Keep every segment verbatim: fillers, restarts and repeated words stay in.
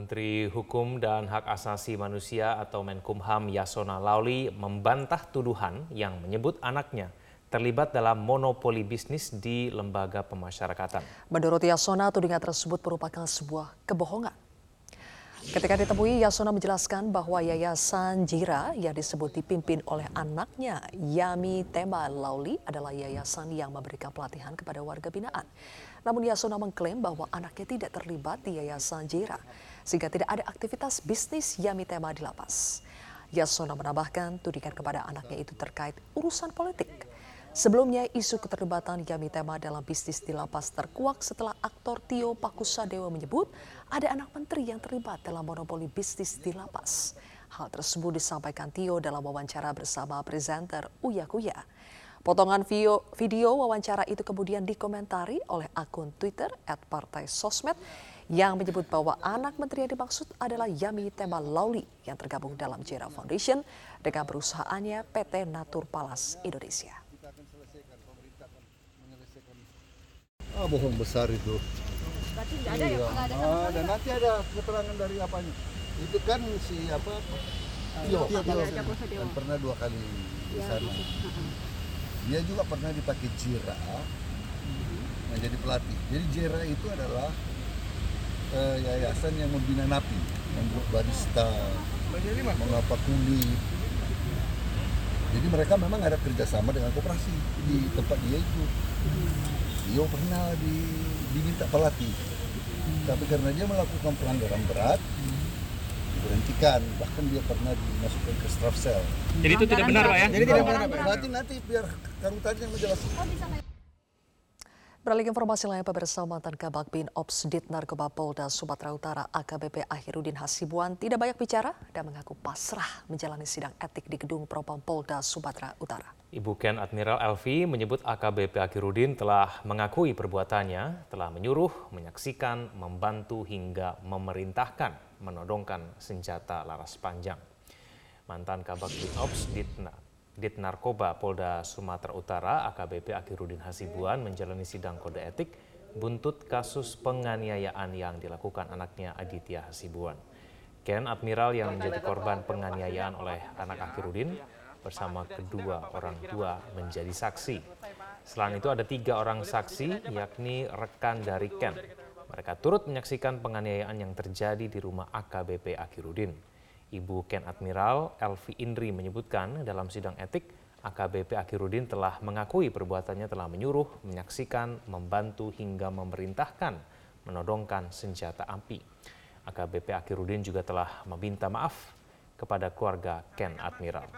Menteri Hukum dan Hak Asasi Manusia atau Menkumham Yasona Lauli membantah tuduhan yang menyebut anaknya terlibat dalam monopoli bisnis di lembaga pemasyarakatan. Menurut Yasona, tudingan tersebut merupakan sebuah kebohongan. Ketika ditemui, Yasona menjelaskan bahwa Yayasan Jira yang disebut dipimpin oleh anaknya Yami Tema Lauli adalah yayasan yang memberikan pelatihan kepada warga binaan. Namun Yasona mengklaim bahwa anaknya tidak terlibat di Yayasan Jira, sehingga tidak ada aktivitas bisnis Yami Tema di lapas. Yasona menambahkan tudingan kepada anaknya itu terkait urusan politik. Sebelumnya, isu keterlibatan Yami Tema dalam bisnis di lapas terkuak setelah aktor Tio Pakusadewo menyebut ada anak menteri yang terlibat dalam monopoli bisnis di lapas. Hal tersebut disampaikan Tio dalam wawancara bersama presenter Uya Kuya. Potongan video, video wawancara itu kemudian dikomentari oleh akun Twitter at Partai Sosmed yang menyebut bahwa anak menteri yang dimaksud adalah Yami Tema Lauli yang tergabung dalam Jira Foundation dengan perusahaannya P T Natur Palas Indonesia. Ah, bohong besar itu. Berarti tidak ada ya? Nggak ada sama Ah, sekali, dan Pak? nanti ada keterangan dari apanya. Itu kan si apa? Tio, Tio, Tio, Tio Pakusadewo. kan pernah dua kali di Ya, sana. gitu. Heeh. Dia juga pernah dipakai Jira menjadi pelatih. Jadi Jira itu adalah eh, yayasan yang membina napi, membuat barista, mengapa kulit. Jadi mereka memang ada kerjasama dengan koperasi di tempat dia itu. Dia pernah di, diminta pelatih, tapi karena dia melakukan pelanggaran berat, diberhentikan. Bahkan dia pernah dimasukkan ke strafsel. Jadi itu tidak benar, Pak ya? Jadi tidak benar, Pak. Nanti nanti biar Karutan yang menjelaskan. Beralih ke informasi lain, pemirsa, mantan Kabak Bin Ops Dit Narkoba Polda Sumatera Utara A K B P Akhirudin Hasibuan tidak banyak bicara dan mengaku pasrah menjalani sidang etik di Gedung Propam Polda Sumatera Utara. Ibu Ken Admiral Elvi menyebut A K B P Akhirudin telah mengakui perbuatannya, telah menyuruh, menyaksikan, membantu hingga memerintahkan menodongkan senjata laras panjang. Mantan Kabak Bin Ops Dit Dit Narkoba Polda Sumatera Utara A K B P Akhirudin Hasibuan menjalani sidang kode etik buntut kasus penganiayaan yang dilakukan anaknya Aditya Hasibuan. Ken Admiral yang menjadi korban penganiayaan oleh anak Akhirudin bersama kedua orang tua menjadi saksi. Selain itu ada tiga orang saksi yakni rekan dari Ken. Mereka turut menyaksikan penganiayaan yang terjadi di rumah A K B P Akhirudin. Ibu Ken Admiral Elvi Indri menyebutkan dalam sidang etik A K B P Akhirudin telah mengakui perbuatannya telah menyuruh, menyaksikan, membantu hingga memerintahkan menodongkan senjata api. A K B P Akhirudin juga telah meminta maaf kepada keluarga Ken Admiral.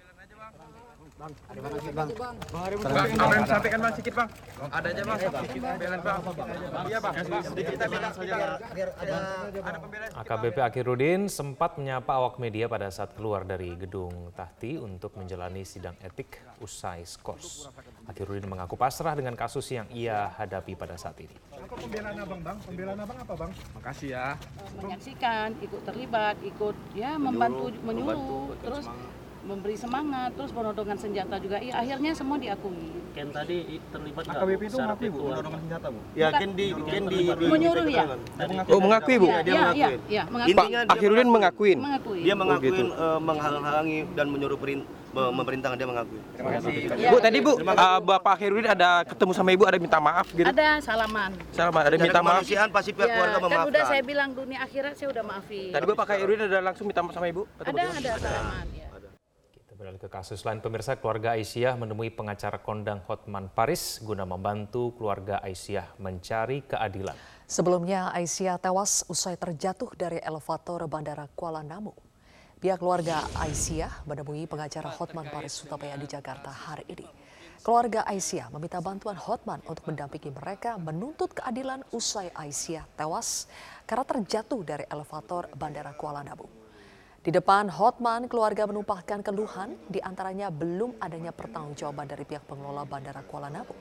Bang, ada mana sih, Bang? Bang, bang, sampaikan Bang sedikit, Bang. Ada aja, Bang. Pembelaan, Bang. Iya, Bang. Sedikit kita bela biar ada ada pembelaan. A K B P Akhirudin sempat menyapa awak media pada saat keluar dari gedung Tahti untuk menjalani sidang etik usai skos. Akhirudin mengaku pasrah dengan kasus yang ia hadapi pada saat ini. Apa pembelaan Abang, Bang? Pembelaan Abang apa, Bang? Makasih ya. Menyaksikan, ikut terlibat, ikut ya membantu, menyuruh, terus memberi semangat, terus penodongan senjata juga. Iya, akhirnya semua diakui. Ken tadi terlibat A K B P itu mengakui, Bu, menodongkan senjata, Bu? Ya, Ken di Ken di Menyuruh ya? Oh, mengakui, Bu? Iya, iya, iya, ya, mengakui. Intinya dia Akhirudin mengakuin. Mengakui. Dia mengakui gitu. eh, menghalang-halangi dan menyuruh perin, me- memerintahkan dia mengakui. Terima kasih. Ya. Bu, tadi Bu, uh, Bapak Akhirudin ada ketemu sama Ibu, ada minta maaf gitu? Ada salaman. Salaman, ada Dari minta maaf. kemanusiaan pasti pihak Ya, keluarga kan memaafkan. udah saya bilang dunia akhirat saya udah maafin. Tadi Bapak Akhirudin ada langsung minta maaf sama Ibu? Atau Ada, bagaimana? ada salaman. Ya. Kita beralih ke kasus lain, pemirsa. Keluarga Aisyah menemui pengacara kondang Hotman Paris guna membantu keluarga Aisyah mencari keadilan. Sebelumnya, Aisyah tewas usai terjatuh dari elevator Bandara Kuala Namu. Pihak keluarga Aisyah menemui pengacara Hotman Paris Hutapea di Jakarta hari ini. Keluarga Aisyah meminta bantuan Hotman untuk mendampingi mereka menuntut keadilan usai Aisyah tewas karena terjatuh dari elevator Bandara Kuala Namu. Di depan Hotman, keluarga menumpahkan keluhan, diantaranya belum adanya pertanggungjawaban dari pihak pengelola Bandara Kuala Namu.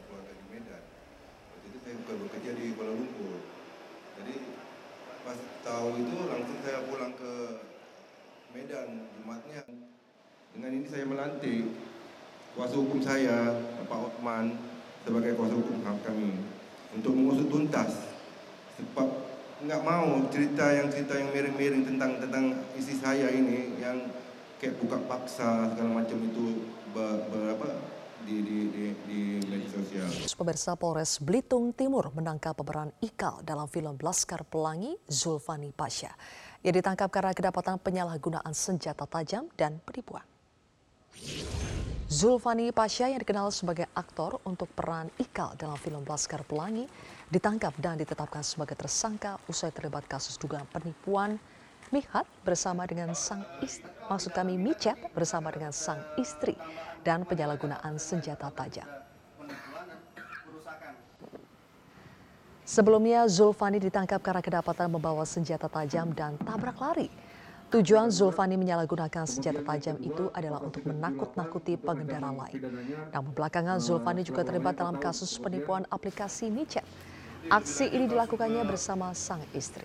Itu saya bukan bekerja di Kuala Lumpur. Jadi pas tahu itu langsung saya pulang ke Medan Jumatnya. Dengan ini saya melantik kuasa hukum saya, Pak Hotman, sebagai kuasa hukum kami untuk mengusut tuntas sebab nggak mau cerita yang cerita yang miring-miring tentang tentang istri saya ini yang kayak buka paksa segala macam itu ber, ber, apa, di, di, di, di media sosial. Pemirsa, Polres Belitung Timur menangkap pemeran Ikal dalam film Laskar Pelangi, Zulfani Pasha. Ia ditangkap karena kedapatan penyalahgunaan senjata tajam dan penipuan. Zulfani Pasha yang dikenal sebagai aktor untuk peran Ikal dalam film Laskar Pelangi ditangkap dan ditetapkan sebagai tersangka usai terlibat kasus dugaan penipuan Mihat bersama dengan sang istri, maksud kami Micet bersama dengan sang istri dan penyalahgunaan senjata tajam. Sebelumnya Zulfani ditangkap karena kedapatan membawa senjata tajam dan tabrak lari. Tujuan Zulfani menyalahgunakan senjata tajam itu adalah untuk menakut-nakuti pengendara lain. Namun belakangan Zulfani juga terlibat dalam kasus penipuan aplikasi Micet. Aksi ini dilakukannya bersama sang istri.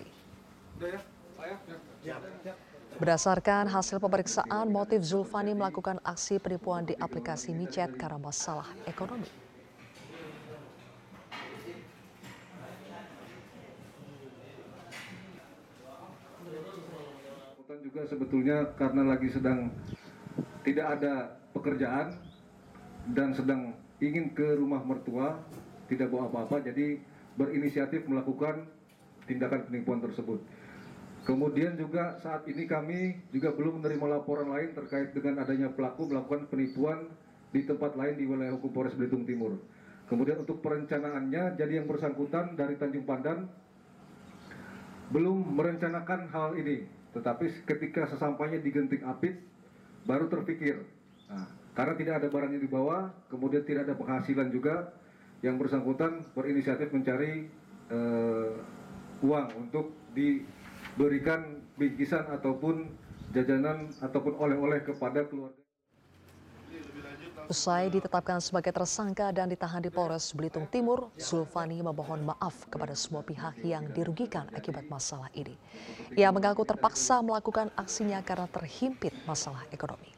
Berdasarkan hasil pemeriksaan, motif Zulfani melakukan aksi penipuan di aplikasi Micet karena masalah ekonomi. Juga sebetulnya karena lagi sedang tidak ada pekerjaan dan sedang ingin ke rumah mertua, tidak bawa apa-apa, jadi berinisiatif melakukan tindakan penipuan tersebut. Kemudian juga saat ini kami juga belum menerima laporan lain terkait dengan adanya pelaku melakukan penipuan di tempat lain di wilayah hukum Polres Belitung Timur. Kemudian untuk perencanaannya, jadi yang bersangkutan dari Tanjung Pandan belum merencanakan hal ini. Tetapi ketika sesampainya di Genting Apit, baru terpikir. Nah, karena tidak ada barang yang dibawa, kemudian tidak ada penghasilan juga, yang bersangkutan berinisiatif mencari uh, uang untuk diberikan bingkisan ataupun jajanan ataupun oleh-oleh kepada keluarga. Usai ditetapkan sebagai tersangka dan ditahan di Polres Belitung Timur, Zulfani memohon maaf kepada semua pihak yang dirugikan akibat masalah ini. Ia mengaku terpaksa melakukan aksinya karena terhimpit masalah ekonomi.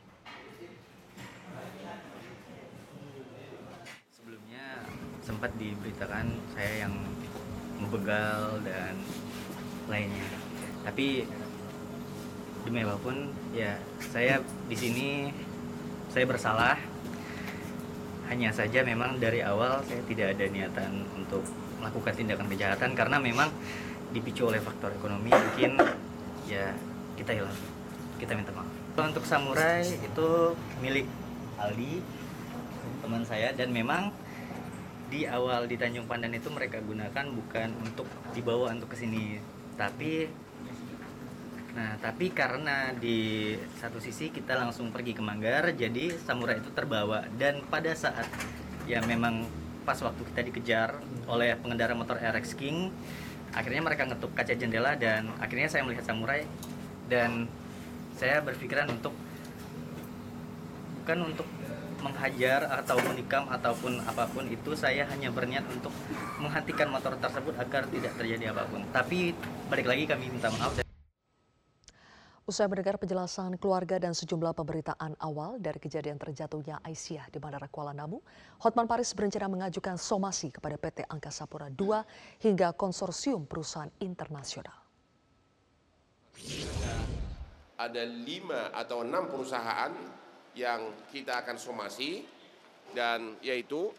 Sebelumnya sempat diberitakan saya yang membegal dan lainnya. Tapi demi apapun, ya saya di sini saya bersalah. Hanya saja memang dari awal saya tidak ada niatan untuk melakukan tindakan kejahatan karena memang dipicu oleh faktor ekonomi, mungkin ya kita hilang, kita minta maaf. Untuk samurai itu milik Aldi, teman saya, dan memang di awal di Tanjung Pandan itu mereka gunakan bukan untuk dibawa untuk ke sini, tapi Nah, tapi karena di satu sisi kita langsung pergi ke Manggar, jadi samurai itu terbawa. Dan pada saat ya memang pas waktu kita dikejar oleh pengendara motor R X King, akhirnya mereka ngetuk kaca jendela dan akhirnya saya melihat samurai dan saya berpikiran untuk bukan untuk menghajar atau menikam ataupun apapun itu, saya hanya berniat untuk menghentikan motor tersebut agar tidak terjadi apapun. Tapi balik lagi kami minta maaf. Usai mendengar penjelasan keluarga dan sejumlah pemberitaan awal dari kejadian terjatuhnya Aisyah di Bandara Kuala Namu, Hotman Paris berencana mengajukan somasi kepada P T Angkasa Pura dua hingga konsorsium perusahaan internasional. Ada lima atau enam perusahaan yang kita akan somasi, dan yaitu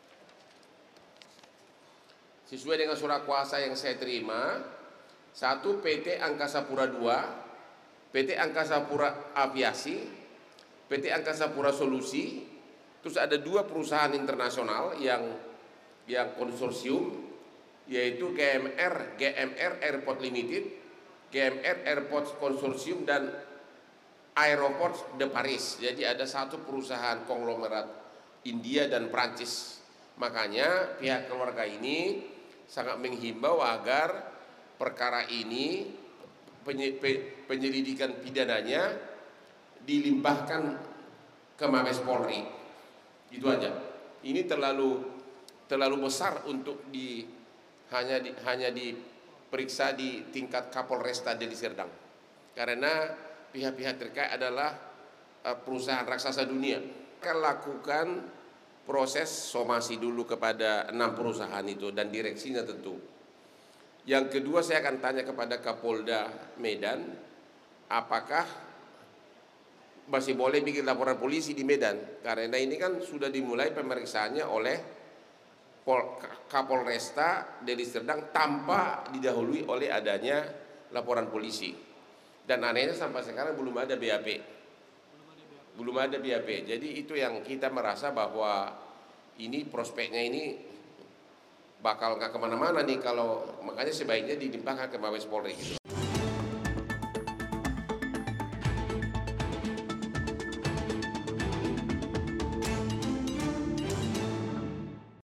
sesuai dengan surat kuasa yang saya terima, satu P T Angkasa Pura dua, P T Angkasa Pura Aviasi, P T Angkasa Pura Solusi, terus ada dua perusahaan internasional yang yang konsorsium, yaitu G M R G M R Airport Limited, G M R Airport Consortium, dan Aeroports de Paris. Jadi ada satu perusahaan konglomerat India dan Prancis. Makanya pihak keluarga ini sangat menghimbau agar perkara ini penyelidikan pidananya dilimpahkan ke Mabes Polri. Itu aja. Ini terlalu terlalu besar untuk di hanya di, hanya diperiksa di tingkat Kapolresta Deli Serdang. Karena pihak-pihak terkait adalah perusahaan raksasa dunia. Akan lakukan proses somasi dulu kepada enam perusahaan itu dan direksinya tentu. Yang kedua, saya akan tanya kepada Kapolda Medan, apakah masih boleh bikin laporan polisi di Medan? Karena ini kan sudah dimulai pemeriksaannya oleh Kapolresta Deli Serdang tanpa didahului oleh adanya laporan polisi. Dan anehnya sampai sekarang belum ada B A P. Belum ada B A P. Jadi itu yang kita merasa bahwa ini prospeknya ini bakal nggak kemana-mana nih, kalau makanya sebaiknya dilimpahkan ke Mabes Polri gitu.